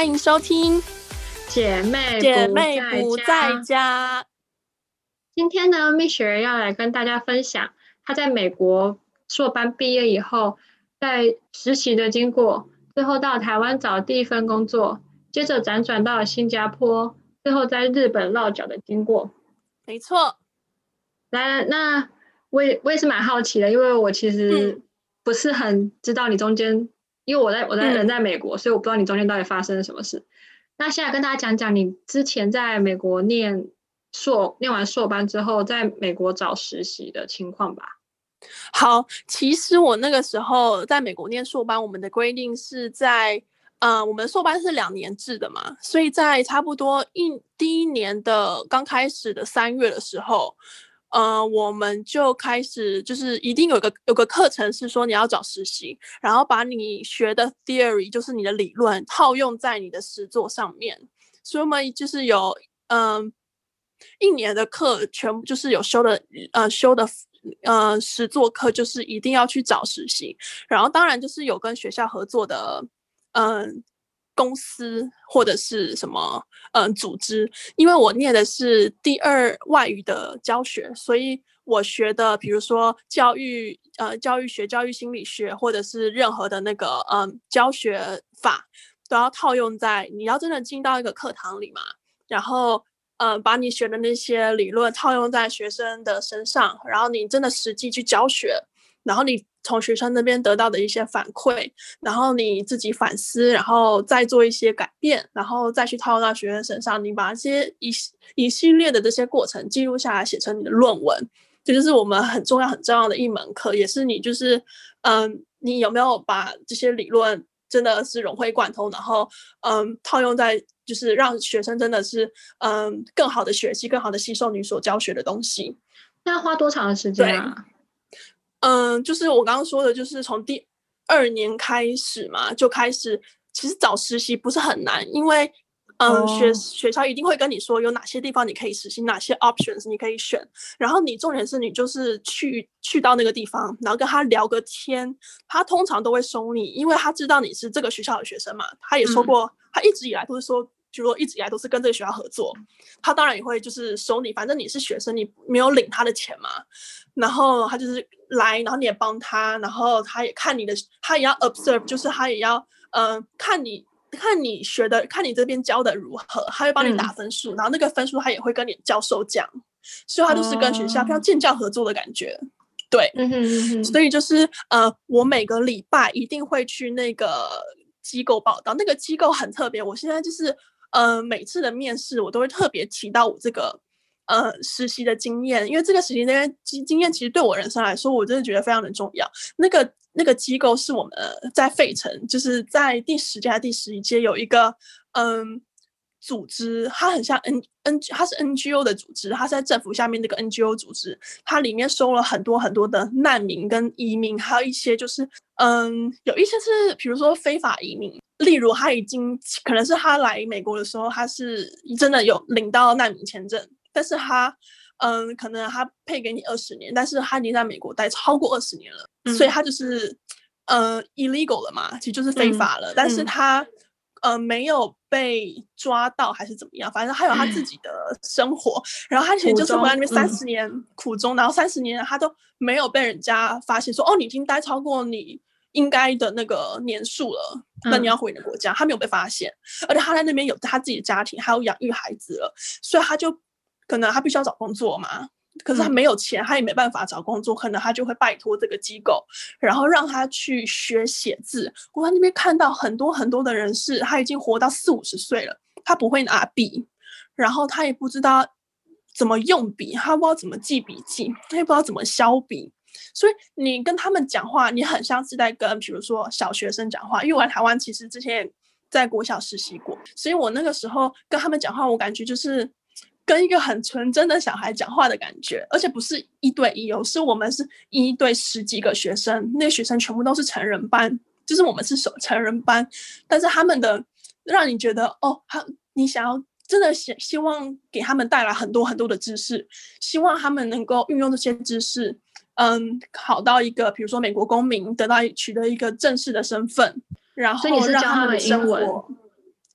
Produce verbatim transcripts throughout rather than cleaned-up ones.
欢迎收听姐妹姐妹不在家。 今天呢，蜜雪要来跟大家分享她在美国硕班毕业以后，在实习的经过，最后到台湾找第一份工作，接着辗转到了新加坡，最后在日本落脚的经过。 没错。 来，那我也我也是蛮好奇的，因为我其实不是很知道你中间，嗯、因为我在我在人在美国，嗯、所以我不知道你中间到底发生了什么事。那现在跟大家讲讲你之前在美国念硕念完硕班之后，在美国找实习的情况吧。 好，其实我那个时候在美国念硕班，我们的规定是在，呃，我们的硕班是两年制的嘛，所以在差不多一第一年的刚开始的三月的时候。呃，我们就开始就是一定有个有个课程是说你要找实习，然后把你学的 theory 就是你的理论套用在你的实作上面，所以我们就是有嗯、呃、一年的课全部就是有修的呃修的呃实作课就是一定要去找实习，然后当然就是有跟学校合作的嗯。呃公司或者是什么嗯组织，因为我念的是第二外语的教学，所以我学的比如说教育呃教育学、教育心理学，或者是任何的那个嗯教学法，都要套用在你要真的进到一个课堂里嘛，然后呃把你学的那些理论套用在学生的身上，然后你真的实际去教学。然后你从学生那边得到的一些反馈，然后你自己反思，然后再做一些改变，然后再去套用到学生身上，你把这些一一系列的这些过程记录下来，写成你的论文，这就是我们很重要很重要的一门课，也是你就是嗯，你有没有把这些理论真的是融会贯通，然后嗯套用在就是让学生真的是嗯更好的学习，更好的吸收你所教学的东西。 那要花多长的时间啊？ 嗯，就是我刚刚说的，就是从第二年开始嘛，就开始，其实找实习不是很难，因为嗯， oh. 学学校一定会跟你说有哪些地方你可以实习，哪些 options 你可以选，然后你重点是你就是去去到那个地方，然后跟他聊个天，他通常都会收你，因为他知道你是这个学校的学生嘛，他也说过，嗯、他一直以来都是说。就说一直以来都是跟这个学校合作，他当然也会就是收你，反正你是学生，你没有领他的钱嘛，然后他就是来，然后你也帮他，然后他也看你的，他也要 observe， 就是他也要呃看你看你学的，看你这边教的如何，他会帮你打分数，嗯、然后那个分数他也会跟你教授讲，所以他就是跟学校非常建教合作的感觉。哦、对， 嗯哼嗯哼， 所以就是呃，我每个礼拜一定会去那个机构报道，那个机构很特别，我现在就是。呃，每次的面试我都会特别提到我这个呃实习的经验，因为这个实习的经验其实对我人生来说，我真的觉得非常的重要。那个那个机构是我们、呃、在费城，就是在第十届、第十一届有一个嗯组织，它很像 N N， 它是 N G O 的组织，它是在政府下面那个 N G O 组织，它里面收了很多很多的难民跟移民，还有一些就是嗯有一些是比如说非法移民。例如他已经可能是他来美国的时候他是真的有领到难民签证，但是他嗯可能他配给你二十年，但是他已经在美国待超过二十年了、嗯、所以他就是呃 illegal 了嘛，其实就是非法了、嗯、但是他呃没有被抓到还是怎么样，反正他有他自己的生活、嗯、然后他其实就是回来那边三十年苦衷、嗯、然后三十年他都没有被人家发现说哦你已经待超过你应该的那个年数了，那你要回你的国家、嗯、他没有被发现，而且他在那边有他自己的家庭还有养育孩子了，所以他就可能他必须要找工作嘛，可是他没有钱、嗯、他也没办法找工作，可能他就会拜托这个机构然后让他去学写字。我在那边看到很多很多的人是他已经活到四五十岁了，他不会拿笔，然后他也不知道怎么用笔，他不知道怎么记笔记，他也不知道怎么削笔，所以你跟他们讲话，你很像是在跟比如说小学生讲话，因为我在台湾其实之前在国小实习过，所以我那个时候跟他们讲话，我感觉就是跟一个很纯真的小孩讲话的感觉，而且不是一对一哦，是我们是一对十几个学生，那些学生全部都是成人班，就是我们是成人班，但是他们的让你觉得哦，他你想要真的希希望给他们带来很多很多的知识，希望他们能够运用这些知识嗯，考到一个比如说美国公民，得到取得一个正式的身份，然后让他们的生活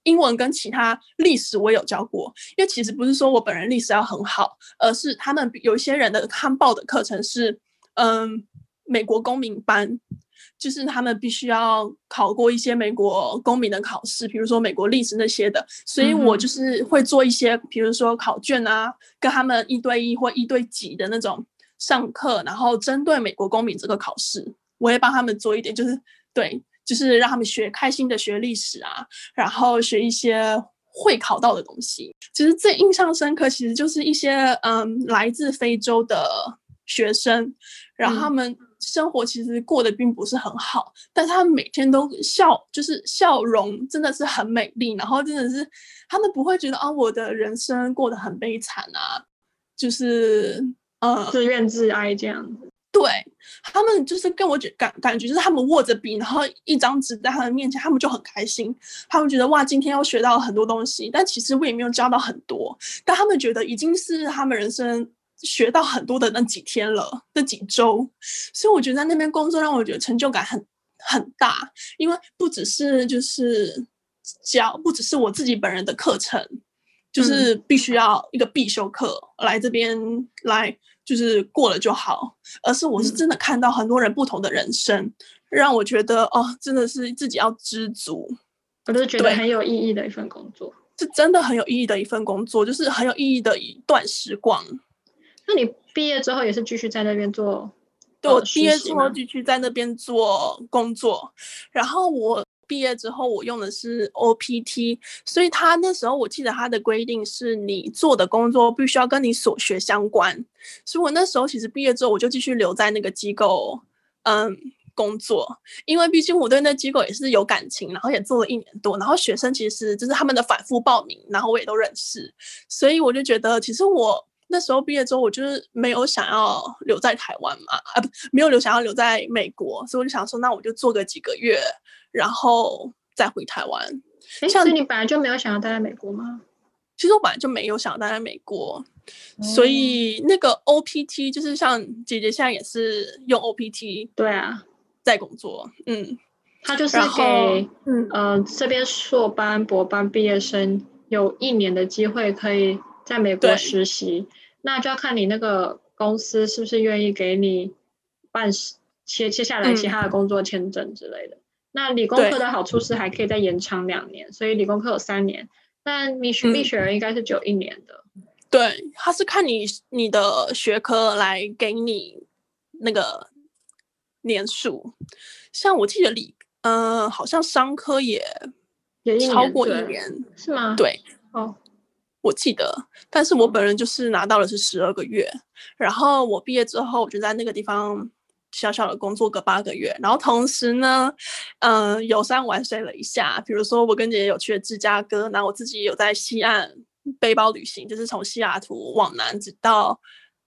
英文跟其他历史我有教过，因为其实不是说我本人历史要很好，而是他们有一些人的他们报的课程是嗯美国公民班，就是他们必须要考过一些美国公民的考试，比如说美国历史那些的，所以我就是会做一些，比如说考卷啊，跟他们一对一或一对几的那种上课，然后针对美国公民这个考试，我会帮他们做一点，就是对，就是让他们学开心的学历史啊，然后学一些会考到的东西。其实最印象深刻，其实就是一些嗯来自非洲的学生，然后他们生活其实过得并不是很好，但是他们每天都笑，就是笑容真的是很美丽，然后真的是他们不会觉得啊我的人生过得很悲惨啊，就是呃自怨自哀这样子。 对，他们就是跟我感感觉就是他们握着笔，然后一张纸在他们面前，他们就很开心，他们觉得哇今天又学到了很多东西，但其实我也没有教到很多，但他们觉得已经是他们人生学到很多的那几天了，那几周，所以我觉得在那边工作让我觉得成就感很很大，因为不只是就是教，不只是我自己本人的课程，就是必须要一个必修课来这边来就是过了就好，而是我是真的看到很多人不同的人生，嗯、让我觉得哦，真的是自己要知足。 我就觉得很有意义的一份工作， 是真的很有意义的一份工作，就是很有意义的一段时光。 那你毕业之后也是继续在那边做？ 对，我毕业之后继续在那边做工作，然后我毕业之后我用的是 O P T， 所以他那时候我记得他的规定是你做的工作必须要跟你所学相关，所以我那时候其实毕业之后我就继续留在那个机构嗯工作，因为毕竟我对那机构也是有感情，然后也做了一年多，然后学生其实就是他们的反复报名，然后我也都认识，所以我就觉得其实我那时候毕业之后，我就是没有想要留在台湾嘛，啊不，没有留想要留在美国，所以我就想说，那我就做个几个月，然后再回台湾。 所以你本来就没有想要待在美国吗？ 其实我本来就没有想要待在美国，哦、所以那个 O P T 就是像姐姐现在也是用 O P T， 对啊， 在工作，嗯， 他就是给嗯呃这边硕班、博班毕业生有一年的机会可以在美国实习。那就要看你那个公司是不是愿意给你办接接下来其他的工作签证之类的。嗯、那理工科的好处是还可以再延长两年，所以理工科有三年，但你学必学人应该是只有一年的。 嗯、对，他是看你你的学科来给你那个年数，像我记得理呃好像商科也超过一年， 是吗？ 对， 哦。 我记得，但是我本人就是拿到的是十二个月，然后我毕业之后我就在那个地方小小的工作个八个月，然后同时呢，嗯、呃，游山玩水了一下，比如说我跟姐姐有去了芝加哥，然后我自己有在西岸背包旅行，就是从西雅图往南直到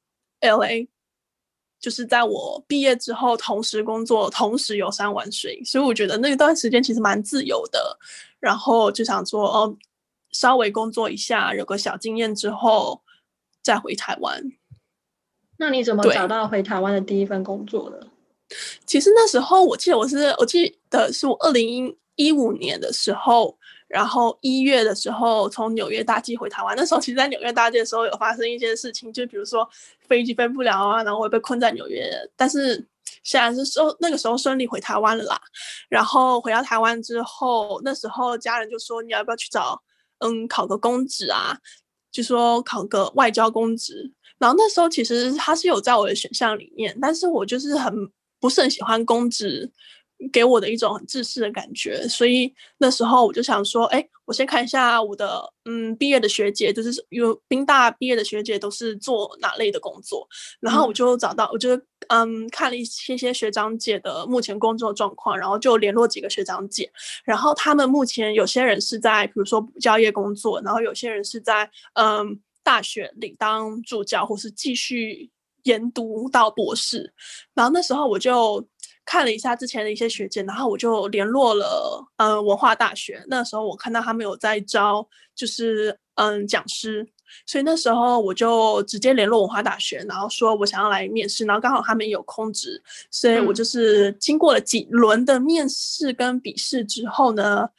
L A， 就是在我毕业之后同时工作，同时游山玩水，所以我觉得那段时间其实蛮自由的，然后就想说哦。稍微工作一下，有个小经验之后，再回台湾。 那你怎么找到回台湾的第一份工作的？ 其实那时候我记得我是，我记得是我二零一五年的时候，然后一月的时候从纽约搭机回台湾。那时候其实，在纽约搭机的时候有发生一些事情，就比如说飞机飞不了啊，然后我被困在纽约。但是现在是说那个时候顺利回台湾了啦。然后回到台湾之后，那时候家人就说你要不要去找。嗯，考个公职啊，就说考个外交公职。然后那时候其实他是有在我的选项里面，但是我就是很不是很喜欢公职给我的一种很自私的感觉，所以那时候我就想说，哎，我先看一下我的嗯毕业的学姐，就是有宾大毕业的学姐都是做哪类的工作，然后我就找到，我就嗯看了一些些学长姐的目前工作状况，然后就联络几个学长姐，然后他们目前有些人是在比如说补教业工作，然后有些人是在嗯大学里当助教，或是继续研读到博士，然后那时候我就看了一下之前的一些学姐，然后我就联络了呃文化大学，那时候我看到他们有在招就是嗯讲师，所以那时候我就直接联络文化大学，然后说我想要来面试，然后刚好他们有空职，所以我就是经过了几轮的面试跟笔试之后呢，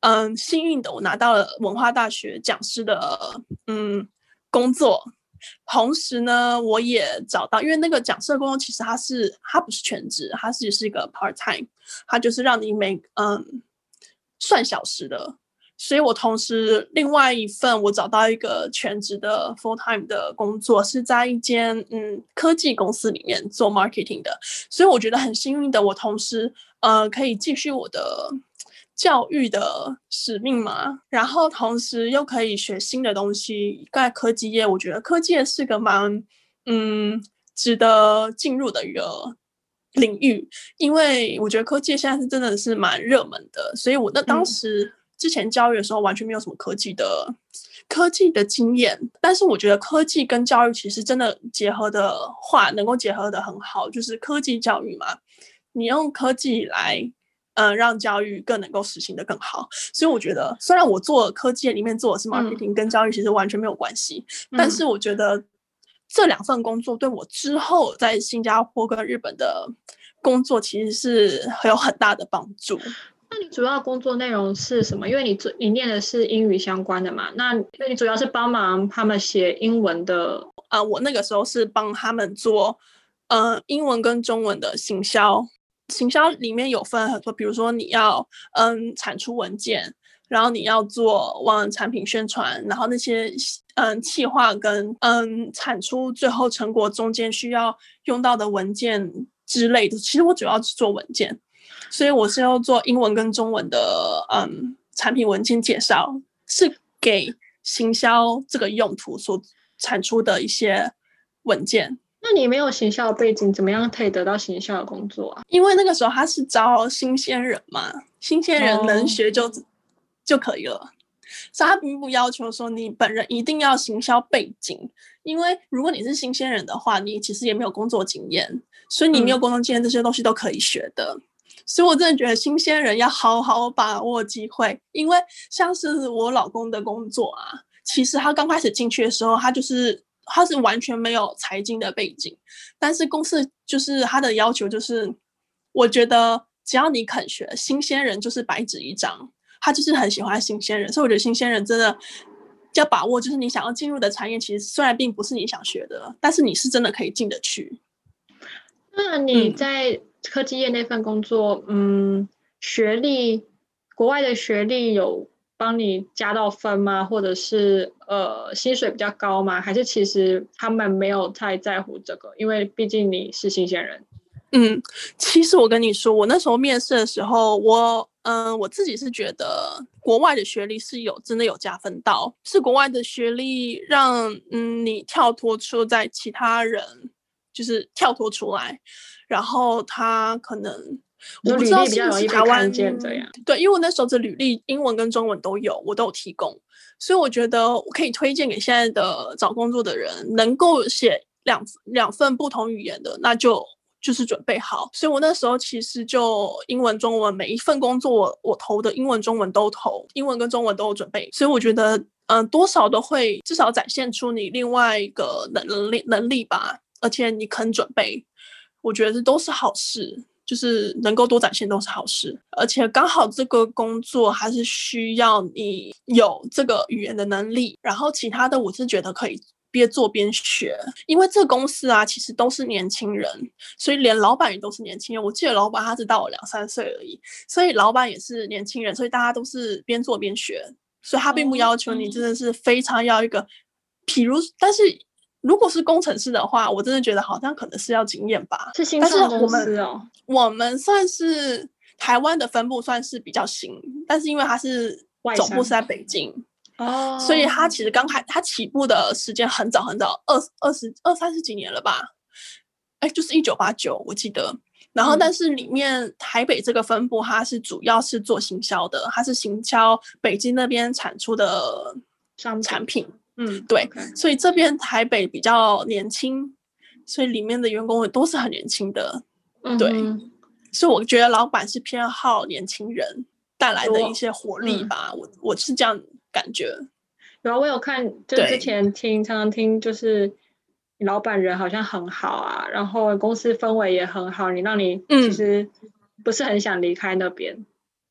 嗯幸运的我拿到了文化大学讲师的嗯工作。同时呢，我也找到，因为那个讲师的工作其实它是它不是全职，它其实是一个 part time， 它就是让你每嗯算小时的。所以我同时另外一份我找到一个全职的 full time 的工作，是在一间嗯科技公司里面做 marketing 的。所以我觉得很幸运的，我同时呃可以继续我的教育的使命嘛，然后同时又可以学新的东西。在科技业，我觉得科技业是个蛮嗯值得进入的一个领域，因为我觉得科技现在是真的是蛮热门的，所以我那当时之前教育的时候完全没有什么科技的科技的经验，但是我觉得科技跟教育其实真的结合的话，能够结合的很好，就是科技教育嘛，你用科技来。呃，让教育更能够实行的更好，所以我觉得，虽然我做科技里面做的是 marketing，、嗯、跟教育其实完全没有关系，嗯、但是我觉得这两份工作对我之后在新加坡跟日本的工作其实是有很大的帮助。 那你主要工作内容是什么？因为你你念的是英语相关的嘛，那你主要是帮忙他们写英文的。 呃，我那个时候是帮他们做呃英文跟中文的行销。行销里面有分很多，比如说你要嗯产出文件，然后你要做网产品宣传，然后那些嗯企划跟嗯产出最后成果中间需要用到的文件之类的。其实我主要是做文件，所以我是要做英文跟中文的嗯产品文件介绍，是给行销这个用途所产出的一些文件。 那你没有行销的背景，怎么样可以得到行销的工作啊？ 因为那个时候他是招新鲜人嘛，新鲜人能学就、oh. 就可以了，所以他并不要求说你本人一定要行销背景，因为如果你是新鲜人的话，你其实也没有工作经验，所以你没有工作经验，这些东西都可以学的。嗯、所以我真的觉得新鲜人要好好把握机会，因为像是我老公的工作啊，其实他刚开始进去的时候，他就是他是完全没有财经的背景，但是公司就是他的要求就是，我觉得只要你肯学，新鲜人就是白纸一张，他就是很喜欢新鲜人，所以我觉得新鲜人真的要把握，就是你想要进入的产业，其实虽然并不是你想学的，但是你是真的可以进得去。 那你在科技业那份工作，嗯，嗯学历，国外的学历有帮你加到分吗？或者是呃薪水比较高吗？还是其实他们没有太在乎这个？因为毕竟你是新鲜人。 嗯，其实我跟你说，我那时候面试的时候，我嗯、呃、我自己是觉得国外的学历是有真的有加分到，是国外的学历让嗯你跳脱出在其他人，就是跳脱出来，然后他可能。我不知道是不是台湾这样， 对，因为我那时候的履历英文跟中文都有，我都有提供，所以我觉得我可以推荐给现在的找工作的人，能够写两两份不同语言的，那就就是准备好。所以我那时候其实就英文、中文每一份工作我，我投的英文、中文都投，英文跟中文都有准备，所以我觉得嗯、呃，多少都会至少展现出你另外一个能力能力吧，而且你肯准备，我觉得这都是好事。就是能够多展现都是好事，而且刚好这个工作还是需要你有这个语言的能力，然后其他的我是觉得可以边做边学，因为这个公司啊其实都是年轻人，所以连老板也都是年轻人。我记得老板他只大我两三岁而已，所以老板也是年轻人，所以大家都是边做边学，所以他并不要求你真的是非常要一个，譬如但是。如果是工程师的话，我真的觉得好像可能是要经验吧。 是新创公司哦。 我们算是台湾的分部算是比较新，但是因为它是总部是在北京， 哦， 所以它其实刚开它起步的时间很早很早，二二十二三十几年了吧？哎，就是一九八九，我记得。然后，但是里面台北这个分部，它是主要是做行销的，它是行销北京那边产出的产品。 嗯， 对， okay. 所以这边台北比较年轻，所以里面的员工都是很年轻的， 嗯、 对，所以我觉得老板是偏好年轻人带来的一些活力吧，嗯、我我是这样感觉。 有啊，我有看，就是之前听常常听，就是老板人好像很好啊，然后公司氛围也很好，你让你其实不是很想离开那边。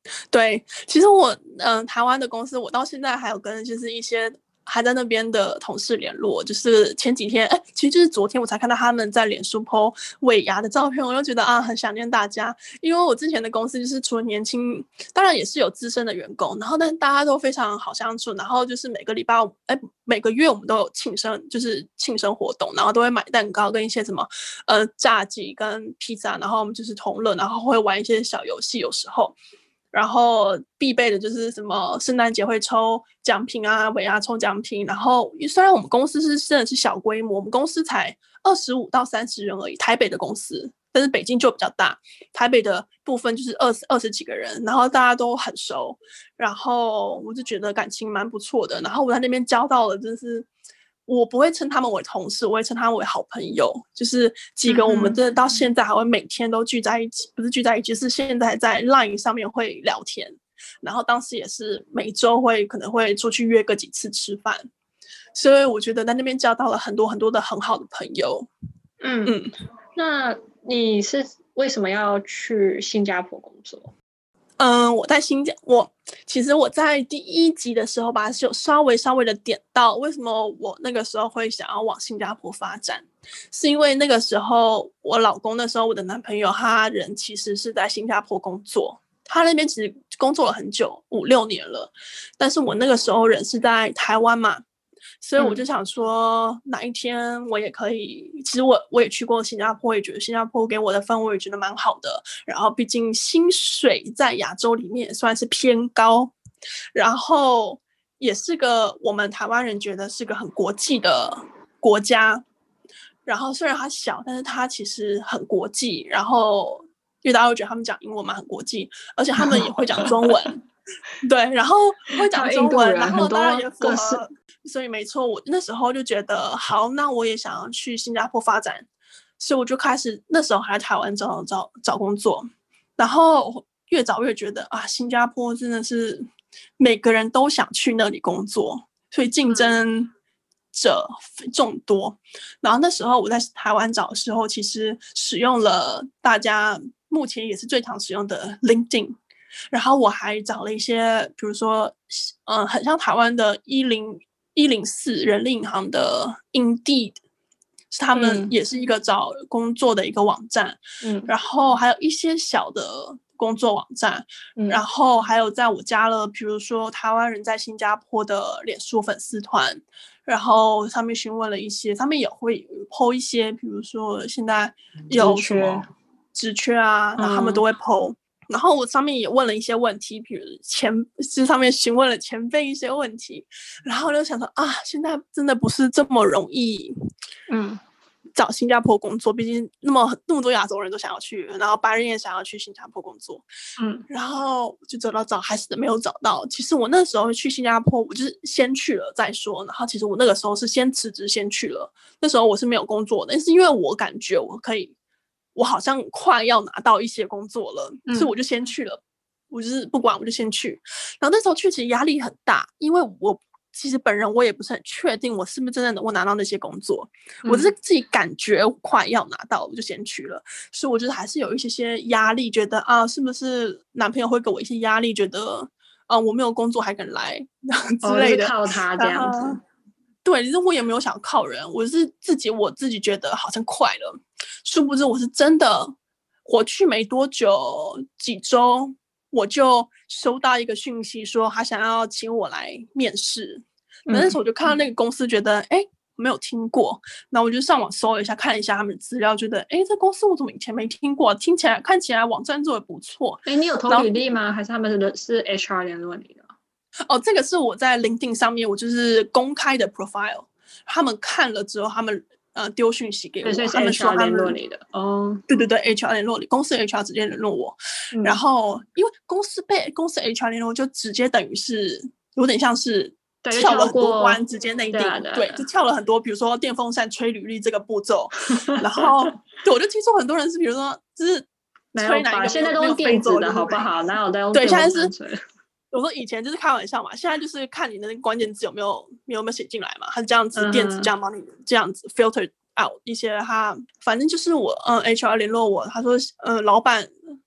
对，其实我嗯、呃，台湾的公司，我到现在还有跟就是一些还在那边的同事联络。就是前几天，哎，其实就是昨天我才看到他们在脸书 po 尾牙的照片，我就觉得啊，很想念大家。因为我之前的公司就是除了年轻，当然也是有资深的员工，然后但是大家都非常好相处，然后就是每个礼拜，哎，每个月我们都有庆生，就是庆生活动，然后都会买蛋糕跟一些什么呃炸鸡跟披萨，然后我们就是同乐，然后会玩一些小游戏，有时候。然后必备的就是什么圣诞节会抽奖品啊，尾牙抽奖品。然后虽然我们公司是真的是小规模，我们公司才二十五到三十人而已，台北的公司，但是北京就比较大，台北的部分就是二十二十几个人，然后大家都很熟，然后我就觉得感情蛮不错的。然后我在那边交到了，真是。我不会称他们为同事，我会称他们为好朋友。就是几个我们真的到现在还会每天都聚在一起，不是聚在一起，是现在在 Line 上面会聊天。然后当时也是每周会可能会出去约个几次吃饭，所以我觉得在那边交到了很多很多的很好的朋友。 嗯嗯，那你是为什么要去新加坡工作？ 嗯，我在新加，我其实我在第一集的时候吧，是有稍微稍微的点到为什么我那个时候会想要往新加坡发展，是因为那个时候我老公那时候我的男朋友他人其实是在新加坡工作，他那边其实工作了很久，五六年了，但是我那个时候人是在台湾嘛。所以我就想说，哪一天我也可以。其实我我也去过新加坡，也觉得新加坡给我的氛围也觉得蛮好的。然后毕竟薪水在亚洲里面算是偏高，然后也是个我们台湾人觉得是个很国际的国家。然后虽然它小，但是它其实很国际。然后因为大家会觉得他们讲英文嘛很国际，而且他们也会讲中文。对，然后会讲中文，然后当然也符合。所以没错，我那时候就觉得好，那我也想要去新加坡发展，所以我就开始那时候还在台湾找找找工作，然后越找越觉得啊，新加坡真的是每个人都想去那里工作，所以竞争者众多。然后那时候我在台湾找的时候，其实使用了大家目前也是最常使用的 LinkedIn。然后我还找了一些，比如说，嗯、呃，很像台湾的一零一零四人力银行的 Indeed， 是他们也是一个找工作的一个网站。嗯，然后还有一些小的工作网站，嗯、然后还有在我加了，比如说台湾人在新加坡的脸书粉丝团，然后上面询问了一些，他们也会 po 一些，比如说现在有什么职缺啊，然后他们都会 po。嗯，然后我上面也问了一些问题，比如前这上面询问了前辈一些问题，然后就想说啊，现在真的不是这么容易，嗯，找新加坡工作，毕竟那么那么多亚洲人都想要去，然后白人也想要去新加坡工作，嗯，然后就找到找还是没有找到。其实我那时候去新加坡，我就是先去了再说，然后其实我那个时候是先辞职先去了，那时候我是没有工作的，但是因为我感觉我可以。我好像快要拿到一些工作了，嗯、所以我就先去了。我就是不管，我就先去。然后那时候去其实压力很大，因为我其实本人我也不是很确定我是不是真的能够拿到那些工作，嗯、我是自己感觉快要拿到，我就先去了。所以我觉得还是有一些些压力，觉得啊，是不是男朋友会给我一些压力，觉得啊我没有工作还敢来之类的， 哦、靠他这样子。 对，其实我也没有想靠人，我是自己我自己觉得好像快了。殊不知我是真的，我去没多久，几周我就收到一个讯息，说他想要请我来面试。嗯、那时候我就看到那个公司，觉得哎、嗯、没有听过，那我就上网搜了一下，看了一下他们的资料，觉得哎这公司我怎么以前没听过？听起来看起来网站做的不错。 哎，你有投履历吗？还是他们是是 H R 联络你的？ 哦，这个是我在 LinkedIn 上面，我就是公开的 profile， 他们看了之后，他们。呃，丢讯息给我， 所以是他们说他们联络你的哦， 对对对 ，H R 联络你，公司 H R 直接联络我，嗯、然后因为公司被公司 H R 联络，就直接等于是有点像是跳了很多关，直接内定，对,、啊、对，就跳了很多，比如说电风扇吹履历这个步骤，然后对，我就听说很多人是，比如说就是吹哪一个， 现在都用电子的好不好？哪有在用对，现在是。我说以前就是开玩笑嘛，现在就是看你的那个关键字有没有有没有写进来嘛，他这样子电子这样帮你这样子 filter out 一些他，反正就是我嗯 H R 联络我，他说呃老板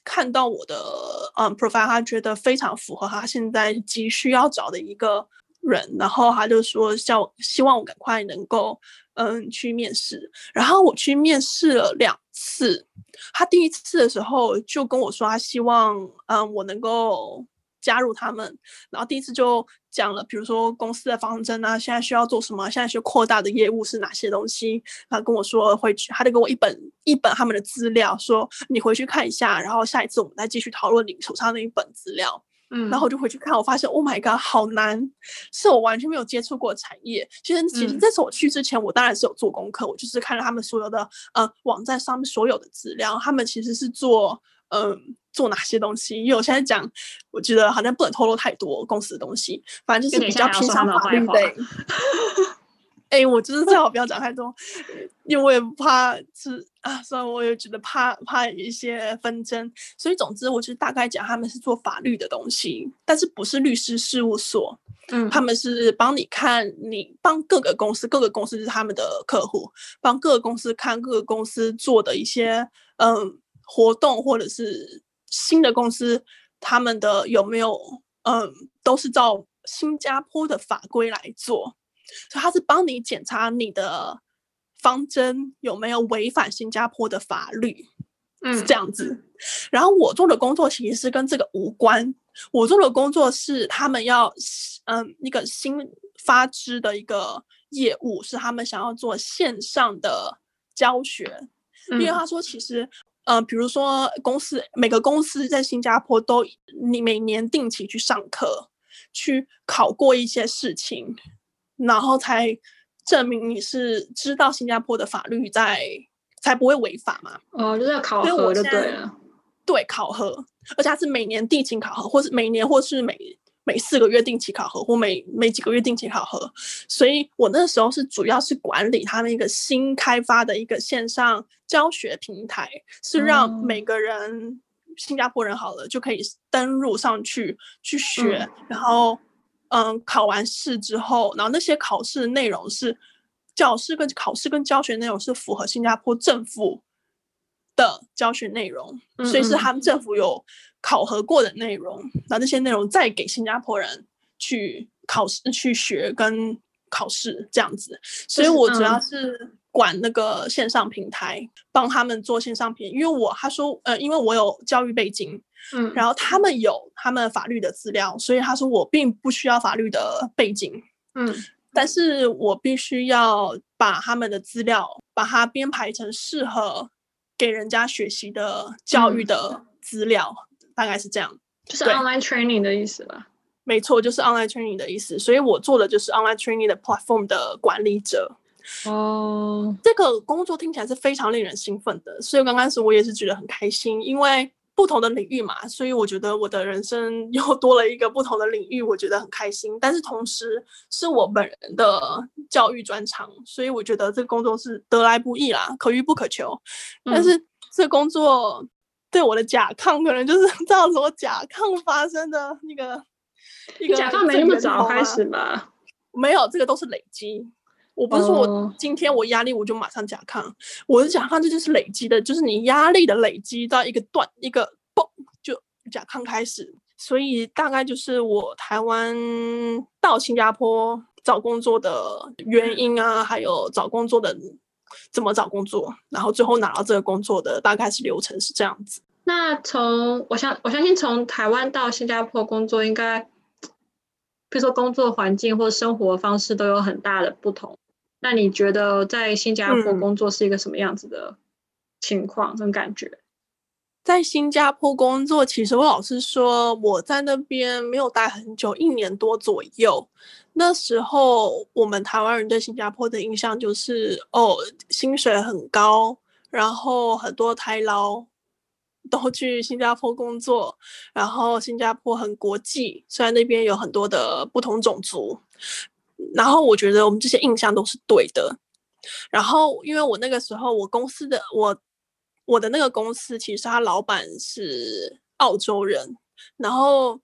看到我的嗯 profile， 他觉得非常符合他现在急需要找的一个人，然后他就说叫希望我赶快能够嗯去面试，然后我去面试了两次，他第一次的时候就跟我说他希望嗯我能够加入他们，然后第一次就讲了，比如说公司的方针啊，现在需要做什么，现在需要扩大的业务是哪些东西，他跟我说会去，他就给我一本一本他们的资料，说你回去看一下，然后下一次我们再继续讨论你手上那一本资料。嗯，然后我就回去看，我发现 Oh my god 好难，是我完全没有接触过的产业。其实其实这次我去之前，我当然是有做功课，我就是看了他们所有的呃网站上面所有的资料，他们其实是做嗯、呃、做哪些东西，因为我现在讲我觉得好像不能透露太多公司的东西，反正就是比较偏向法律类。哎、欸，我就是最好不要讲太多，因为我也不怕是啊，虽然我也觉得怕怕有一些纷争，所以总之我就是大概讲他们是做法律的东西，但是不是律师事务所，嗯，他们是帮你看你帮各个公司，各个公司是他们的客户，帮各个公司看各个公司做的一些嗯活动，或者是新的公司他们的有没有嗯都是照新加坡的法规来做。所以他是帮你检查你的方针有没有违反新加坡的法律，嗯，是这样子。然后我做的工作其实是跟这个无关，我做的工作是他们要嗯一个新发支的一个业务，是他们想要做线上的教学，嗯，因为他说其实呃，比如说公司每个公司在新加坡都你每年定期去上课，去考过一些事情。然后才证明你是知道新加坡的法律在，才不会违法嘛。 哦，就是要考核就对了。 对，考核，而且它是每年定期考核，或是每年或是每每四个月定期考核，或每每几个月定期考核。所以我那时候是主要是管理他们一个新开发的一个线上教学平台，是让每个人、嗯、新加坡人好了就可以登入上去去学，嗯、然后。嗯，考完试之后，然后那些考试的内容是教师跟考试跟教学内容是符合新加坡政府的教学内容，嗯嗯，所以是他们政府有考核过的内容，然后这些内容再给新加坡人去考试、去学跟考试这样子。所以我主要是管那个线上平台，帮他们做线上平台，因为我他说呃，因为我有教育背景。嗯，然后他们有他们法律的资料，所以他说我并不需要法律的背景，嗯，但是我必须要把他们的资料把它编排成适合给人家学习的教育的资料，嗯、大概是这样， 就是 online training 的意思吧？ 没错，就是 online training 的意思，所以我做的就是 online training 的 platform 的管理者。哦，这个工作听起来是非常令人兴奋的，所以刚开始我也是觉得很开心，因为。不同的领域嘛，所以我觉得我的人生又多了一个不同的领域，我觉得很开心。但是同时是我本人的教育专长，所以我觉得这个工作是得来不易啦，可遇不可求。嗯、但是这个工作对我的甲亢可能就是造成我甲亢发生的那个一个。甲亢没那么早开始吧？ 没有，这个都是累积。我不是说我今天我压力我就马上甲亢，我是甲亢这就是累积的，就是你压力的累积到一个段一个嘣就甲亢开始，所以大概就是我台湾到新加坡找工作的原因啊，还有找工作的怎么找工作，然后最后拿到这个工作的大概是流程是这样子。 那从我相我相信从台湾到新加坡工作应该，比如说工作环境或生活方式都有很大的不同。那你觉得在新加坡工作是一个什么样子的情况跟感觉？嗯、 在新加坡工作，其实我老实说，我在那边没有待很久，一年多左右。那时候我们台湾人对新加坡的印象就是，哦，薪水很高，然后很多台劳都去新加坡工作，然后新加坡很国际，虽然那边有很多的不同种族。然后我觉得我们这些印象都是对的，然后因为我那个时候我公司的我我的那个公司其实他老板是澳洲人，然后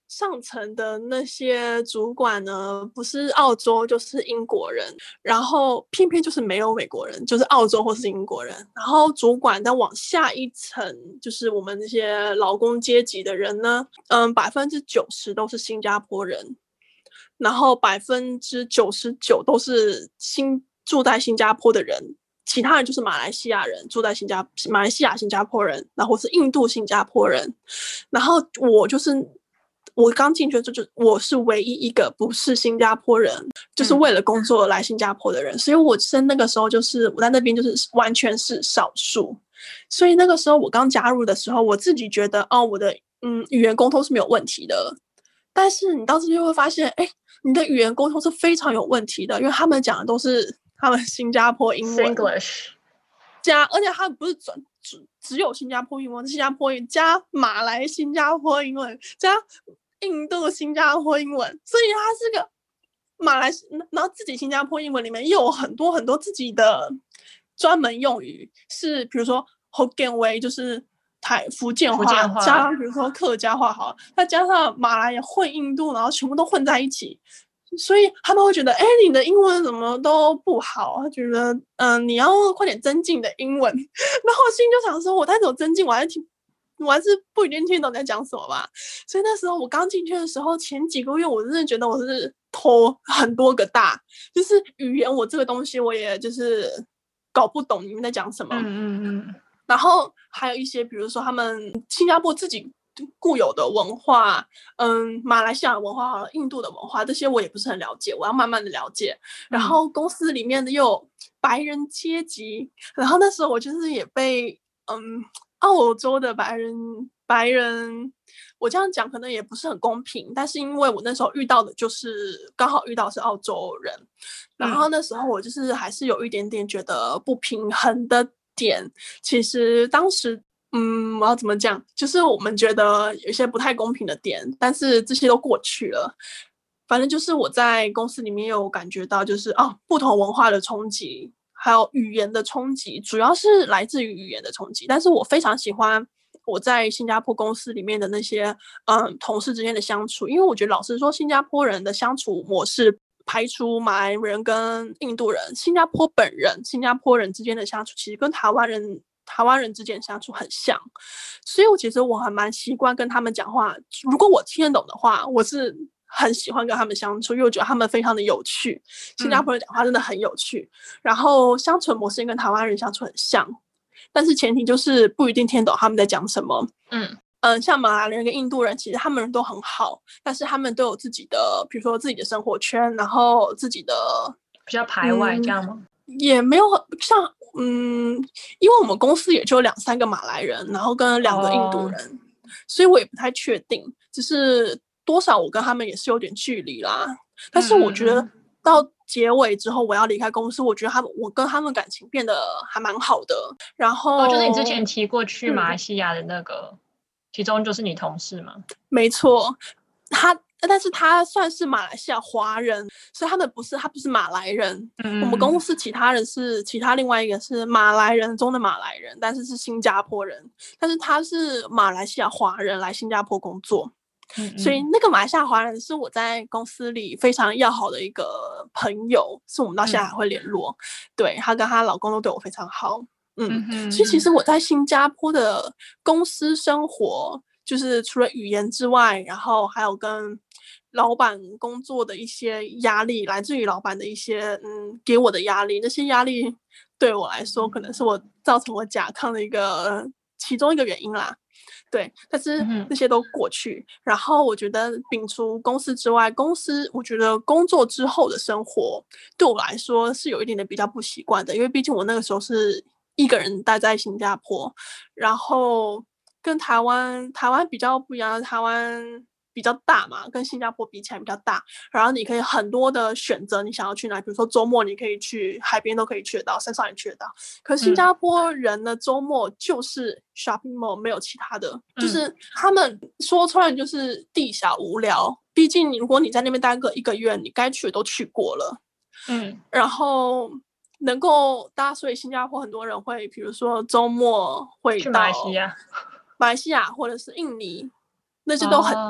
上层的那些主管呢，不是澳洲就是英国人，然后偏偏就是没有美国人，就是澳洲或是英国人。然后主管再往下一层，就是我们那些劳工阶级的人呢，嗯，百分之九十都是新加坡人，然后百分之九十九都是新住在新加坡的人。其他人就是马来西亚人，住在新加马来西亚新加坡人，然后是印度新加坡人，然后我就是我刚进去就就我是唯一一个不是新加坡人，就是为了工作来新加坡的人，所以我是那个时候就是我在那边就是完全是少数，所以那个时候我刚加入的时候，我自己觉得哦，我的嗯语言沟通是没有问题的，但是你到这边会发现，哎，你的语言沟通是非常有问题的，因为他们讲的都是他们新加坡英文 Singlish 加，而且他不是只只只有新加坡英文，新加坡英加马来新加坡英文加印度新加坡英文，所以它是个马来，然后自己新加坡英文里面又有很多很多自己的专门用语，是比如说 Hokkien way 就是台福建话，加上比如说客家话好了，再加上马来也混印度，然后全部都混在一起，所以他们会觉得，哎，你的英文怎么都不好？他觉得，嗯、呃，你要快点增进你的英文。然后我心里就想说，我再怎么增进，我还是听，我还是不一定听懂在讲什么吧。所以那时候我刚进去的时候，前几个月我真的觉得我是头很多个大，就是语言我这个东西我也就是搞不懂你们在讲什么。 嗯嗯嗯。 然后还有一些，比如说他们新加坡自己固有的文化，嗯，马来西亚的文化、印度的文化，这些我也不是很了解，我要慢慢的了解。然后公司里面的又有白人阶级，然后那时候我就是也被嗯澳洲的白人白人，我这样讲可能也不是很公平，但是因为我那时候遇到的就是刚好遇到是澳洲人，然后那时候我就是还是有一点点觉得不平衡的点，其实当时。嗯，我要怎么讲？就是我们觉得有些不太公平的点，但是这些都过去了。反正就是我在公司里面有感觉到，就是哦，不同文化的冲击，还有语言的冲击，主要是来自于语言的冲击。但是我非常喜欢我在新加坡公司里面的那些嗯同事之间的相处，因为我觉得老实说，新加坡人的相处模式。排除马来人跟印度人，新加坡本人、新加坡人之间的相处，其实跟台湾人台湾人之间相处很像，所以我其实我还蛮习惯跟他们讲话。如果我听得懂的话，我是很喜欢跟他们相处，因为我觉得他们非常的有趣。新加坡人讲话真的很有趣，嗯、然后相处模式跟台湾人相处很像，但是前提就是不一定听懂他们在讲什么。嗯。嗯，像马来人跟印度人，其实他们人都很好，但是他们都有自己的，比如说自己的生活圈，然后自己的比较排外，嗯、这样吗？ 也没有像嗯，因为我们公司也就有两三个马来人，然后跟两个印度人，哦、所以我也不太确定，只是多少我跟他们也是有点距离啦。但是我觉得到结尾之后，我要离开公司，我觉得他们我跟他们感情变得还蛮好的。然后， 哦，就是你之前提过去马来西亚的那个。嗯其中就是你同事吗？ 没错，他但是他算是马来西亚华人，所以他们不是他不是马来人。嗯、我们公司其他人是其他另外一个是马来人中的马来人，但是是新加坡人，但是他是马来西亚华人来新加坡工作，嗯、所以那个马来西亚华人是我在公司里非常要好的一个朋友，是我们到现在还会联络。嗯、对，她跟她老公都对我非常好。嗯，所以其实我在新加坡的公司生活，就是除了语言之外，然后还有跟老板工作的一些压力，来自于老板的一些嗯给我的压力，那些压力对我来说可能是我造成我甲亢的一个其中一个原因啦。对，但是那些都过去。嗯、然后我觉得摒除公司之外，公司我觉得工作之后的生活对我来说是有一点点比较不习惯的，因为毕竟我那个时候是。一个人待在新加坡，然后跟台湾台湾比较不一样，台湾比较大嘛，跟新加坡比起来比较大，然后你可以很多的选择，你想要去哪，比如说周末你可以去海边都可以去得到，山上也去得到。可是新加坡人的周末就是 shopping mall， 没有其他的，嗯、就是他们说出来就是地小无聊。毕竟如果你在那边待个一个月，你该去的都去过了，嗯，然后。能够大家，所以新加坡很多人会，比如说周末会到去马来西亚、 马来西亚或者是印尼，那些都很近。哦、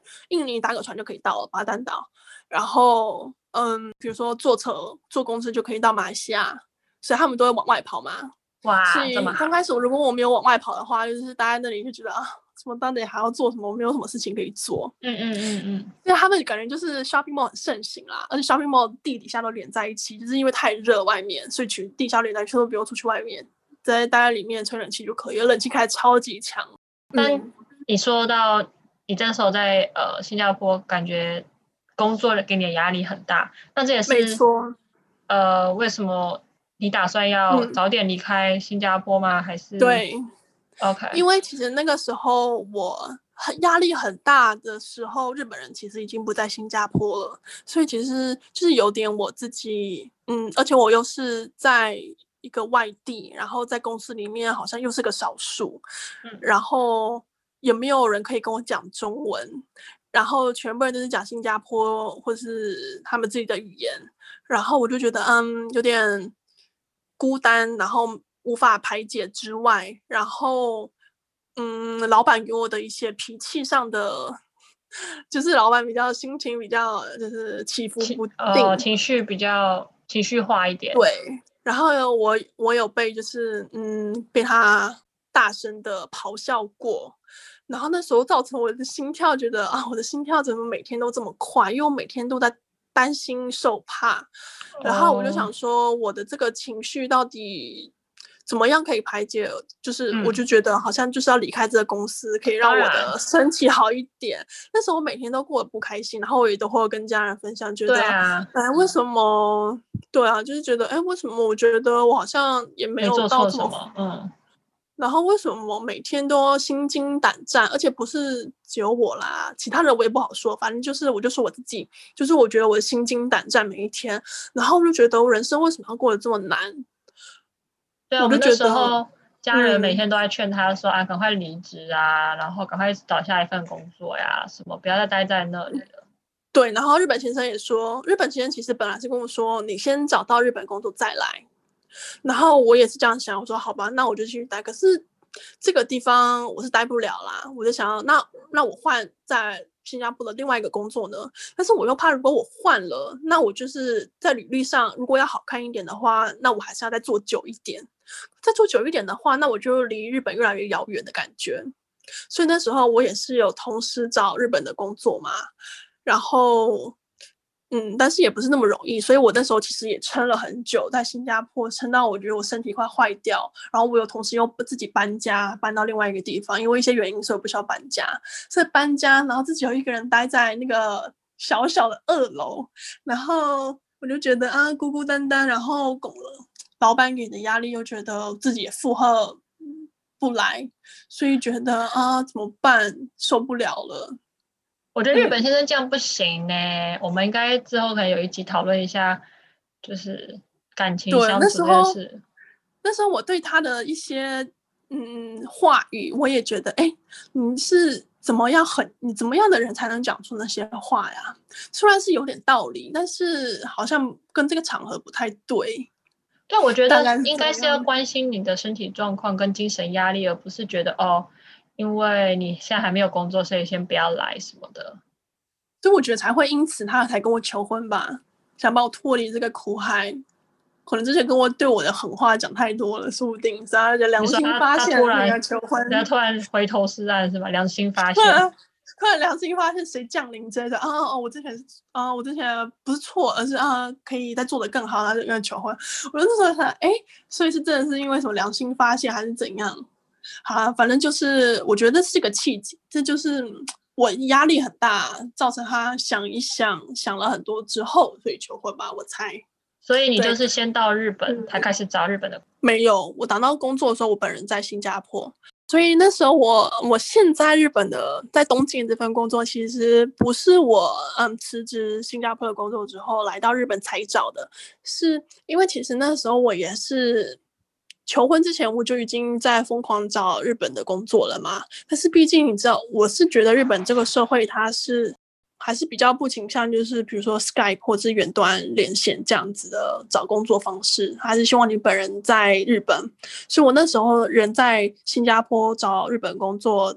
印尼搭个船就可以到了巴丹岛，然后嗯，比如说坐车坐公车就可以到马来西亚，所以他们都会往外跑嘛。所哇，这以么好。 刚开始如果我没有往外跑的话，就是待在那里就觉得啊，什么到底还要做什么，没有什么事情可以做。 嗯嗯嗯嗯。 因为他们感觉就是 shopping mall 很盛行啦，而且 shopping mall 地底下都连在一起，就是因为太热外面，所以去地下连在一起都不用出去外面，在待在里面吹冷气就可以了，冷气开超级强。 但你说到你这时候在呃新加坡，感觉工作给你的压力很大，那这也是没错。 呃为什么你打算要早点离开新加坡吗？嗯、还是对 ？OK， 因为其实那个时候我很压力很大的时候，日本人其实已经不在新加坡了，所以其实就是有点我自己，嗯，而且我又是在一个外地，然后在公司里面好像又是个少数， 嗯、 然后也没有人可以跟我讲中文，然后全部人都是讲新加坡或是他们自己的语言，然后我就觉得嗯有点孤单，然后无法排解之外，然后嗯，老板给我的一些脾气上的，就是老板比较心情比较就是起伏不定， 呃，情绪比较情绪化一点。 对，然后我我有被就是嗯被他大声的咆哮过，然后那时候造成我的心跳，觉得啊我的心跳怎么每天都这么快，因为我每天都在担心受怕，然后我就想说我的这个情绪到底怎么样可以排解，就是我就觉得好像就是要离开这个公司，可以让我的身体好一点。那时候我每天都过得不开心，然后我也都会跟家人分享，觉得啊， 哎为什么对啊，就是觉得哎为什么我觉得我好像也没有到这么嗯。 然后为什么每天都心惊胆战，而且不是只有我啦，其他人我也不好说，反正就是我就说我自己，就是我觉得我心惊胆战每一天，然后我就觉得我人生为什么要过得这么难？ 对，我们那时候家人每天都在劝他说、嗯、啊，赶快离职啊，然后赶快找下一份工作呀，什么不要再待在那里了。 对，然后日本先生也说，日本先生其实本来是跟我说，你先找到日本工作再来。然后我也是这样想，我说好吧，那我就继续待。可是这个地方我是待不了啦，我就想要那那我换在新加坡的另外一个工作呢？但是我又怕，如果我换了，那我就是在履历上如果要好看一点的话，那我还是要再做久一点。再做久一点的话，那我就离日本越来越遥远的感觉。所以那时候我也是有同时找日本的工作嘛，然后。嗯，但是也不是那么容易，所以我那时候其实也撑了很久，在新加坡撑到我觉得我身体快坏掉，然后我有同时又自己搬家，搬到另外一个地方，因为一些原因，所以我不需要搬家，所以搬家，然后自己有一个人待在那个小小的二楼，然后我就觉得啊孤孤单单，然后老板给的压力又觉得自己也负荷不来，所以觉得啊怎么办，受不了了。 我觉得日本先生这样不行呢、嗯，我们应该之后可能有一集讨论一下，就是感情相处这件事。 那时候我对他的一些嗯话语，我也觉得，哎，你是怎么样很，你怎么样的人才能讲出那些话呀？虽然是有点道理，但是好像跟这个场合不太对。 对，我觉得应该是要关心你的身体状况跟精神压力，而不是觉得哦。因为你现在还没有工作，所以先不要来什么的。 所以我觉得才会因此他才跟我求婚吧，想把我脱离这个苦海。可能之前跟我对我的狠话讲太多了，说不定所以他就良心发现突然求婚， 他突然回头是岸是吧？良心发现， 突然良心发现谁降临之类的啊哦，我之前啊，我之前不是错，而是啊可以再做得更好，他就跟求婚。我那时候想，哎，所以是真的是因为什么良心发现还是怎样？好啦，反正就是我觉得是个契机，这就是我压力很大，造成他想一想，想了很多之后，所以求婚吧，我猜。 所以你就是先到日本才开始找日本的？ 没有，我找到工作的时候，我本人在新加坡，所以那时候我我现在日本的在东京这份工作，其实不是我嗯辞职新加坡的工作之后来到日本才找的，是因为其实那时候我也是。求婚之前我就已经在疯狂找日本的工作了嘛，但是毕竟你知道，我是觉得日本这个社会它是还是比较不倾向就是比如说 Skype 或是远端连线这样子的找工作方式，还是希望你本人在日本。所以我那时候人在新加坡找日本工作，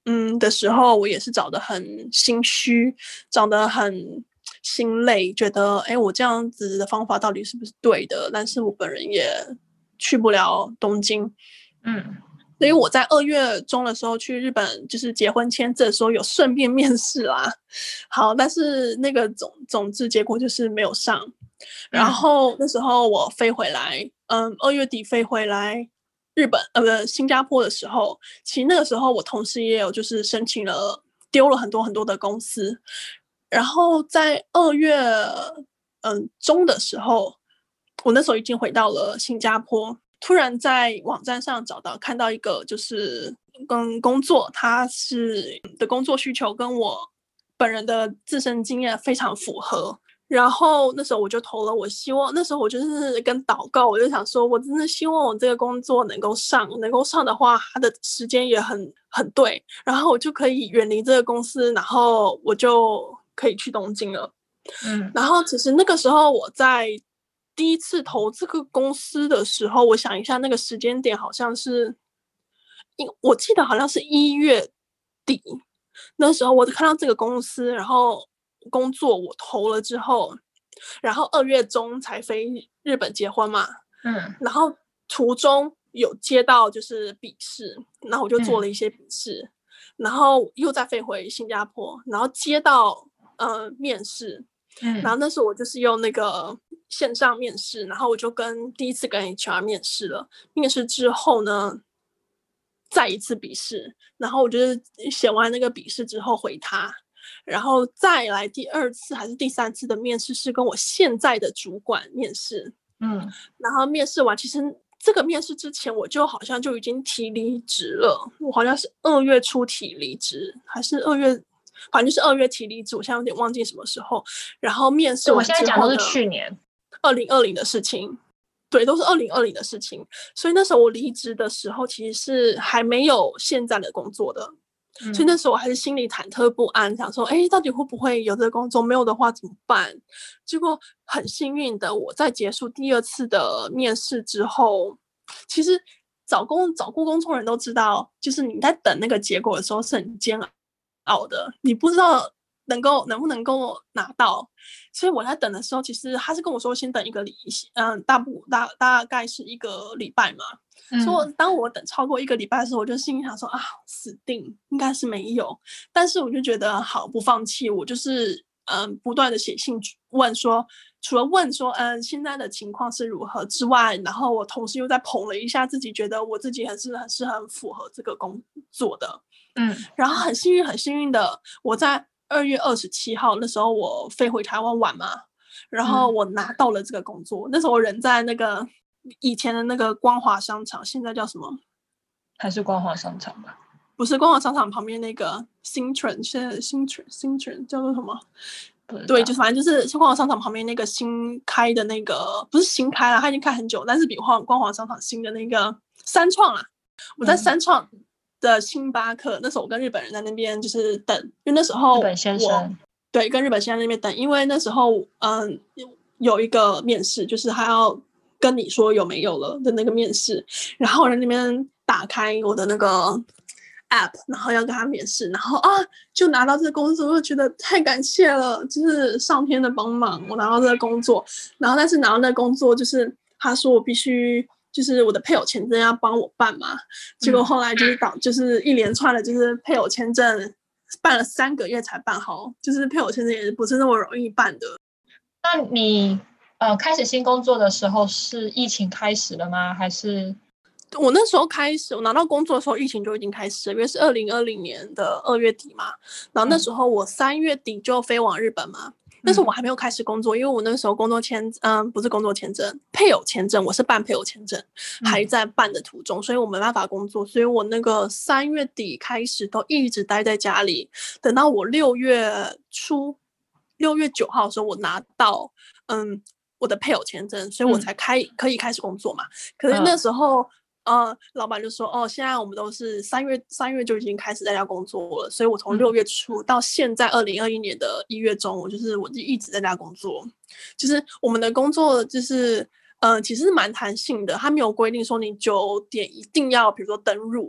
嗯的时候，我也是找得很心虚，找得很心累，觉得哎，我这样子的方法到底是不是对的？但是我本人也去不了东京， 嗯， 所以我在二月中的时候去日本，就是结婚签证的时候有顺便面试啦。好，但是那个总总之结果就是没有上。然后那时候我飞回来，嗯，二月底飞回来日本，呃，不是新加坡的时候，其实那个时候我同时也有就是申请了，丢了很多很多的公司。然后在二月嗯中的时候，我那时候已经回到了新加坡，突然在网站上找到看到一个就是跟工作，它是的工作需求跟我本人的自身经验非常符合。然后那时候我就投了，我希望那时候我就是跟祷告，我就想说，我真的希望我这个工作能够上，能够上的话，它的时间也很很对，然后我就可以远离这个公司，然后我就可以去东京了。 嗯， 然后其实那个时候我在第一次投这个公司的时候，我想一下那个时间点好像是，我记得好像是一月底，那时候我看到这个公司，然后工作我投了之后，然后二月中才飞日本结婚嘛， 嗯， 然后途中有接到就是笔试，然后我就做了一些笔试，嗯、然后又再飞回新加坡，然后接到呃面试，嗯，然后那时候我就是用那个线上面试，然后我就跟第一次跟 H R 面试了，面试之后呢，再一次笔试，然后我就是写完那个笔试之后回他，然后再来第二次还是第三次的面试是跟我现在的主管面试， 嗯， 然后面试完，其实这个面试之前我就好像就已经提离职了，我好像是二月初提离职，还是二月，反正就是二月提离职，我现在有点忘记什么时候。然后面试完之后呢， 我现在讲都是去年二零二零的事情。对，都是二零二零的事情，所以那时候我离职的时候，其实是还没有现在的工作的，嗯、所以那时候我还是心里忐忑不安，想说，哎，到底会不会有这个工作？没有的话怎么办？结果很幸运的，我在结束第二次的面试之后，其实找工找过工作人都知道，就是你在等那个结果的时候是很煎熬的，你不知道能够能不能够拿到。所以我在等的时候，其实他是跟我说先等一个礼，嗯，大不大大概是一个礼拜嘛。嗯、所以当我等超过一个礼拜的时候，我就心里想说啊，死定，应该是没有。但是我就觉得好，不放弃，我就是嗯，不断的写信问说，除了问说嗯现在的情况是如何之外，然后我同时又在捧了一下自己，觉得我自己还是很是很符合这个工作的。嗯，然后很幸运很幸运的，我在二月二十七号那时候我飞回台湾玩嘛，然后我拿到了这个工作。嗯、那时候我人在那个以前的那个光华商场，现在叫什么？ 还是光华商场吧？ 不是，光华商场旁边那个新城，现在新城新城叫做什么？对，就反正就是光华商场旁边那个新开的那个，不是新开了，它已经开很久，但是比光光华商场新的那个三创啦。我在三创的星巴克，嗯、那时候我跟日本人在那边就是等，因为那时候日本先生对跟日本先生那边等，因为那时候嗯有一个面试，就是他要跟你说有没有了的那个面试，然后我在那边打开我的那个 app， 然后要跟他面试，然后啊就拿到这个工作，我就觉得太感谢了，就是上天的帮忙，我拿到这个工作，然后但是拿到那个工作就是他说我必须。就是我的配偶签证要帮我办嘛，结果后来就是导，就是一连串的，就是配偶签证办了三个月才办好，就是配偶签证也不是那么容易办的。 那你呃开始新工作的时候是疫情开始了吗？还是？ 我那时候开始，我拿到工作的时候，疫情就已经开始了，因为是二零二零年的二月底嘛。然后那时候我三月底就飞往日本嘛。但是我还没有开始工作，因为我那时候工作签，嗯，不是工作签证，配偶签证，我是办配偶签证，还在办的途中，所以我没办法工作，所以我那个三月底开始都一直待在家里，等到我六月初，六月九号的时候，我拿到嗯我的配偶签证，所以我才开可以开始工作嘛。可是那时候。呃，老板就说，哦，现在我们都是三月三月就已经开始在家工作了，所以我从六月初到现在二零二一年的一月中，我就是我就一直在家工作。就是我们的工作就是，呃，其实是蛮弹性的，他没有规定说你九点一定要，比如说登入，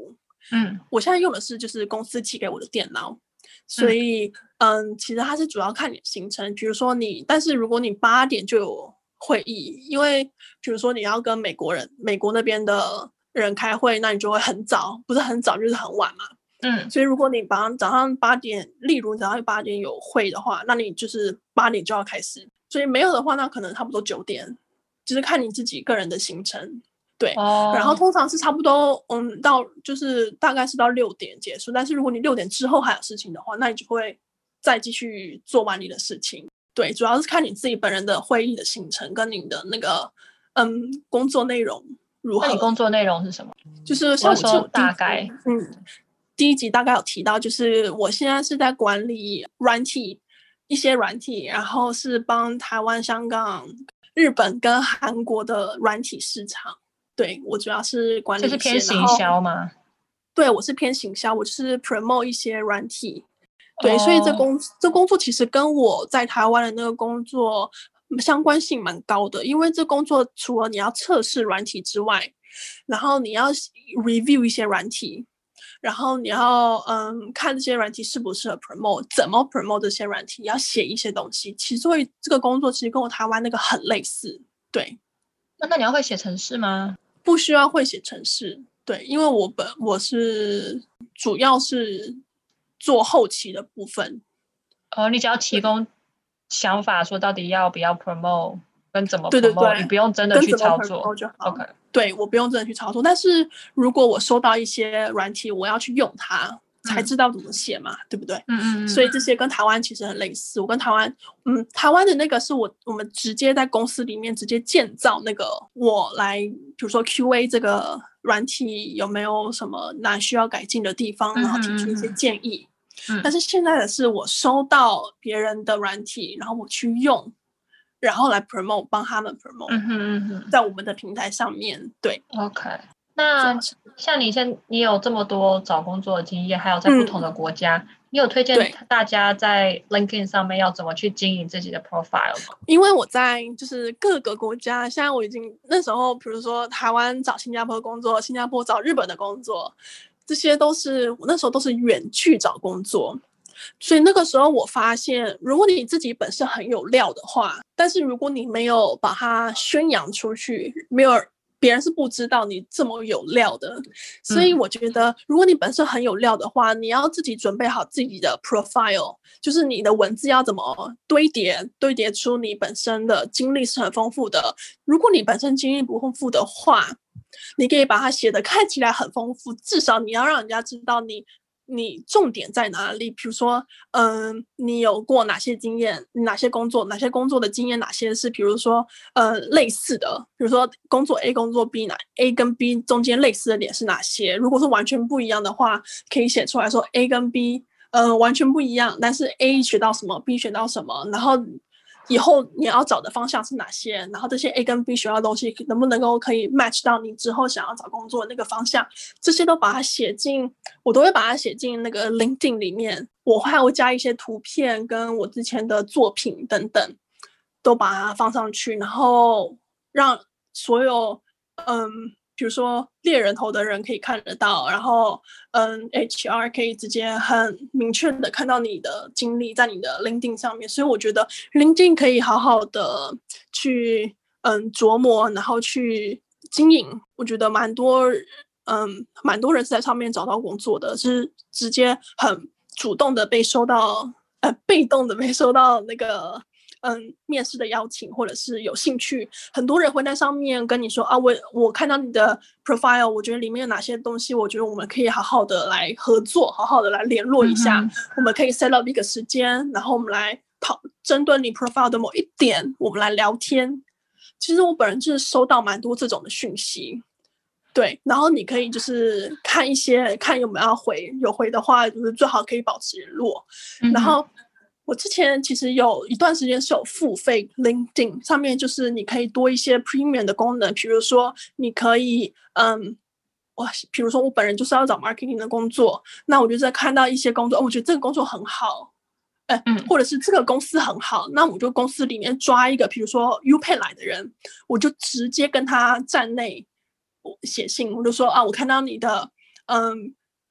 嗯，我现在用的是就是公司寄给我的电脑，所以 嗯, 嗯，其实它是主要看你的行程，比如说你，但是如果你八点就有会议，因为比如说你要跟美国人美国那边的人开会，那你就会很早，不是很早就是很晚嘛。嗯，所以如果你早上八点，例如早上八点有会的话，那你就是八点就要开始。所以没有的话，那可能差不多九点，就是看你自己个人的行程。对，哦、然后通常是差不多，嗯，到就是大概是到六点结束。但是如果你六点之后还有事情的话，那你就会再继续做完你的事情。对，主要是看你自己本人的会议的行程跟你的那个嗯工作内容如何。 那你工作内容是什么？ 就是像我记得我大概嗯第一集大概有提到，就是我现在是在管理软体一些软体，然后是帮台湾、香港、日本跟韩国的软体市场。对，我主要是管理一些。 这是偏行销吗？ 对，我是偏行销，我就是 promote 一些软体。对，所以这工这工作其实跟我在台湾的那个工作相关性蛮高的，因为这工作除了你要测试软体之外，然后你要 review 一些软体，然后你要嗯看这些软体适不适合 promote， 怎么 promote 这些软体，要写一些东西。其实所以这个工作其实跟我台湾那个很类似。对， 那那你要会写程式吗？ 不需要会写程式。对，因为我本我是主要是做后期的部分。 哦，你只要提供想法，说到底要不要 promote 跟怎么 promote， 对对对， 你不用真的去操作就好。 OK， 对，我不用真的去操作，但是如果我收到一些软体，我要去用它，才知道怎么写嘛，嗯、对不对？嗯嗯。所以这些跟台湾其实很类似。我跟台湾，嗯，台湾的那个是我我们直接在公司里面直接建造那个，我来，比如说 Q A 这个软体有没有什么哪需要改进的地方，然后提出一些建议。嗯、但是现在的是我收到别人的软体，然后我去用，然后来 promote 帮他们 promote，嗯哼嗯哼，在我们的平台上面。对 ，OK。那像你现你有这么多找工作的经验，还有在不同的国家，嗯、你有推荐大家在 LinkedIn 上面要怎么去经营自己的 profile 吗？ 因为我在就是各个国家，现在我已经那时候，比如说台湾找新加坡工作，新加坡找日本的工作。这些都是我那时候都是远距找工作，所以那个时候我发现，如果你自己本身很有料的话，但是如果你没有把它宣扬出去，没有别人是不知道你这么有料的。所以我觉得，如果你本身很有料的话，你要自己准备好自己的 profile， 就是你的文字要怎么堆叠，堆叠出你本身的经历是很丰富的。如果你本身经历不丰富的话，你可以把它写的看起来很丰富，至少你要让人家知道你你重点在哪里。比如说，嗯，你有过哪些经验，哪些工作，哪些工作的经验，哪些是比如说呃类似的，比如说工作 A 工作 B， 哪 A 跟 B 中间类似的点是哪些？如果是完全不一样的话，可以写出来说 A 跟 B 呃完全不一样，但是 A 学到什么 ，B 学到什么，然后以后你要找的方向是哪些，然后这些 A 跟 B 学到的东西能不能够可以 match 到你之后想要找工作的那个方向，这些都把它写进，我都会把它写进那个 LinkedIn 里面。我还会加一些图片跟我之前的作品等等，都把它放上去，然后让所有嗯比如说猎人头的人可以看得到，然后嗯 H R 可以直接很明确的看到你的经历在你的 LinkedIn 上面。所以我觉得 LinkedIn 可以好好的去嗯琢磨，然后去经营。我觉得蛮多嗯蛮多人是在上面找到工作的，是直接很主动的被收到呃被动的被收到那个嗯，面试的邀请，或者是有兴趣，很多人会在上面跟你说啊，我我看到你的 profile， 我觉得里面有哪些东西，我觉得我们可以好好的来合作，好好的来联络一下，嗯、我们可以 set up 一个时间，然后我们来讨针对你 profile 的某一点，我们来聊天。其实我本人就是收到蛮多这种的讯息，对，然后你可以就是看一些，看有没有要回，有回的话，就是最好可以保持联络，嗯、然后。我之前其实有一段时间是有付费 LinkedIn 上面，就是你可以多一些 premium 的功能，比如说你可以嗯，我比如说我本人就是要找 marketing 的工作，那我就在看到一些工作，我觉得这个工作很好，呃、嗯，或者是这个公司很好，那我就公司里面抓一个，比如说 UPay 来的人，我就直接跟他站内写信，我就说啊，我看到你的嗯。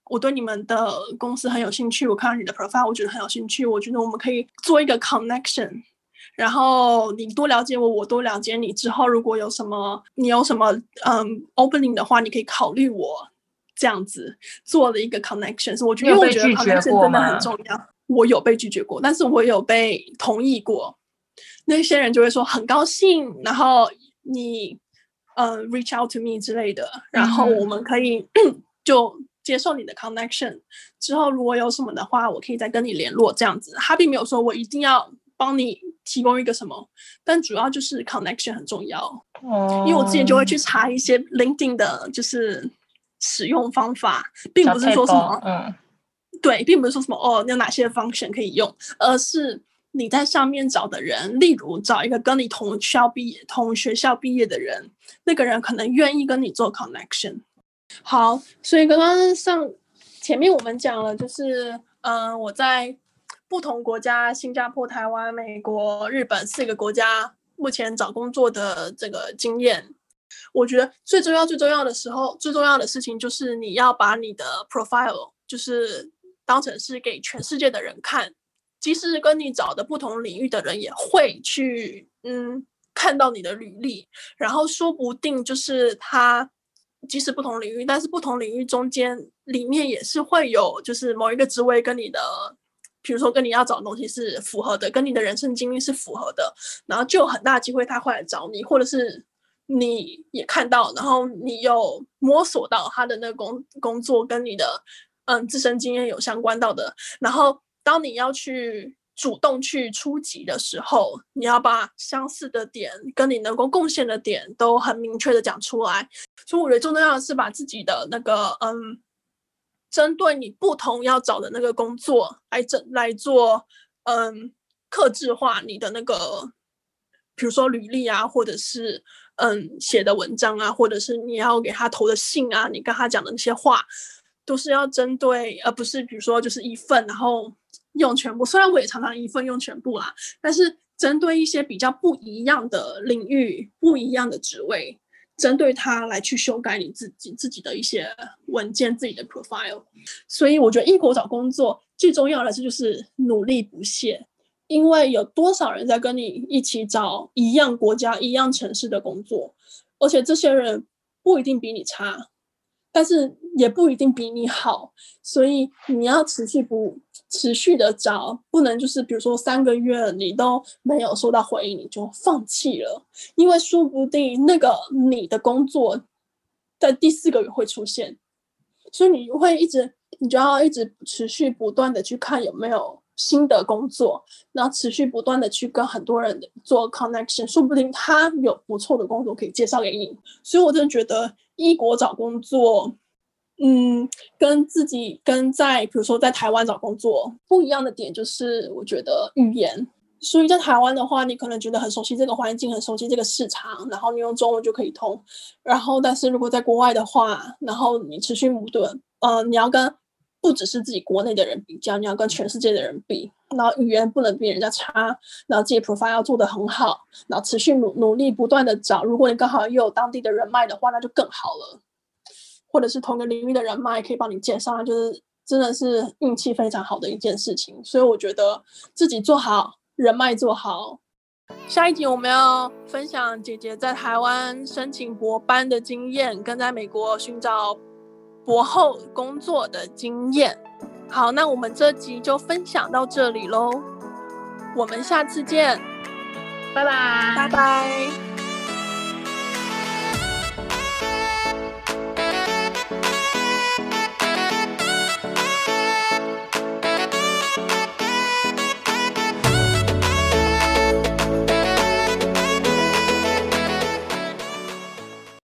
我对你们的公司很有兴趣，我看到你的 profile 我觉得很有兴趣，我觉得我们可以做一个 connection， 然后你多了解我，我多了解你，之后如果有什么你有什么嗯 opening 的话，你可以考虑我，这样子做了一个 connection。 我觉得因为我觉得 connection 真的很重要。我有被拒绝过，但是我有被同意过。那些人就会说很高兴，然后你呃 reach out to me 之类的，然后我们可以、嗯、就接受你的 connection， 之后如果有什么的话我可以再跟你联络，这样子。他并没有说我一定要帮你提供一个什么，但主要就是 connection 很重要、哦、因为我之前就会去查一些 LinkedIn 的就是使用方法，并不是说什么嗯对，并不是说什么哦有哪些 function 可以用，而是你在上面找的人，例如找一个跟你同校毕业同学校毕业的人，那个人可能愿意跟你做 connection。 好，所以刚刚上前面我们讲了就是嗯、呃，我在不同国家，新加坡、台湾、美国、日本四个国家目前找工作的这个经验。我觉得最重要最重要的时候最重要的事情就是你要把你的 profile 就是当成是给全世界的人看，即使跟你找的不同领域的人也会去嗯看到你的履历，然后说不定就是他即使不同领域，但是不同领域中间里面也是会有就是某一个职位跟你的比如说跟你要找的东西是符合的，跟你的人生经历是符合的，然后就有很大机会他会来找你，或者是你也看到，然后你有摸索到他的那个 工, 工作跟你的嗯自身经验有相关到的，然后当你要去主动去出击的时候，你要把相似的点跟你能够贡献的点都很明确的讲出来。所以我觉得最重要的是把自己的那个嗯针对你不同要找的那个工作来来做嗯客制化你的那个比如说履历啊，或者是嗯写的文章啊，或者是你要给他投的信啊，你跟他讲的那些话都是要针对，而不是比如说就是一份然后用全部，虽然我也常常一份用全部啦，但是针对一些比较不一样的领域，不一样的职位，针对它来去修改你自己自己的一些文件，自己的 profile。 所以我觉得异国找工作最重要的是就是努力不懈，因为有多少人在跟你一起找一样国家一样城市的工作，而且这些人不一定比你差，但是也不一定比你好，所以你要持续不持续的找，不能就是比如说三个月你都没有收到回应你就放弃了，因为说不定那个你的工作在第四个月会出现，所以你会一直你就要一直持续不断的去看有没有新的工作，然后持续不断的去跟很多人做 connection， 说不定他有不错的工作可以介绍给你。所以我真的觉得异国找工作嗯，跟自己跟在比如说在台湾找工作不一样的点就是我觉得语言。所以在台湾的话你可能觉得很熟悉这个环境，很熟悉这个市场，然后你用中文就可以通，然后但是如果在国外的话，然后你持续不断呃，你要跟不只是自己国内的人比较，你要跟全世界的人比，然后语言不能比人家差，然后自己 profile 要做得很好，然后持续 努, 努力不断的找，如果你刚好又有当地的人脉的话那就更好了，或者是同个领域的人脉可以帮你介绍，就是真的是运气非常好的一件事情。所以我觉得自己做好，人脉做好。下一集我们要分享姐姐在台湾申请博班的经验，跟在美国寻找博后工作的经验。好，那我们这集就分享到这里咯，我们下次见， 拜拜， 拜拜。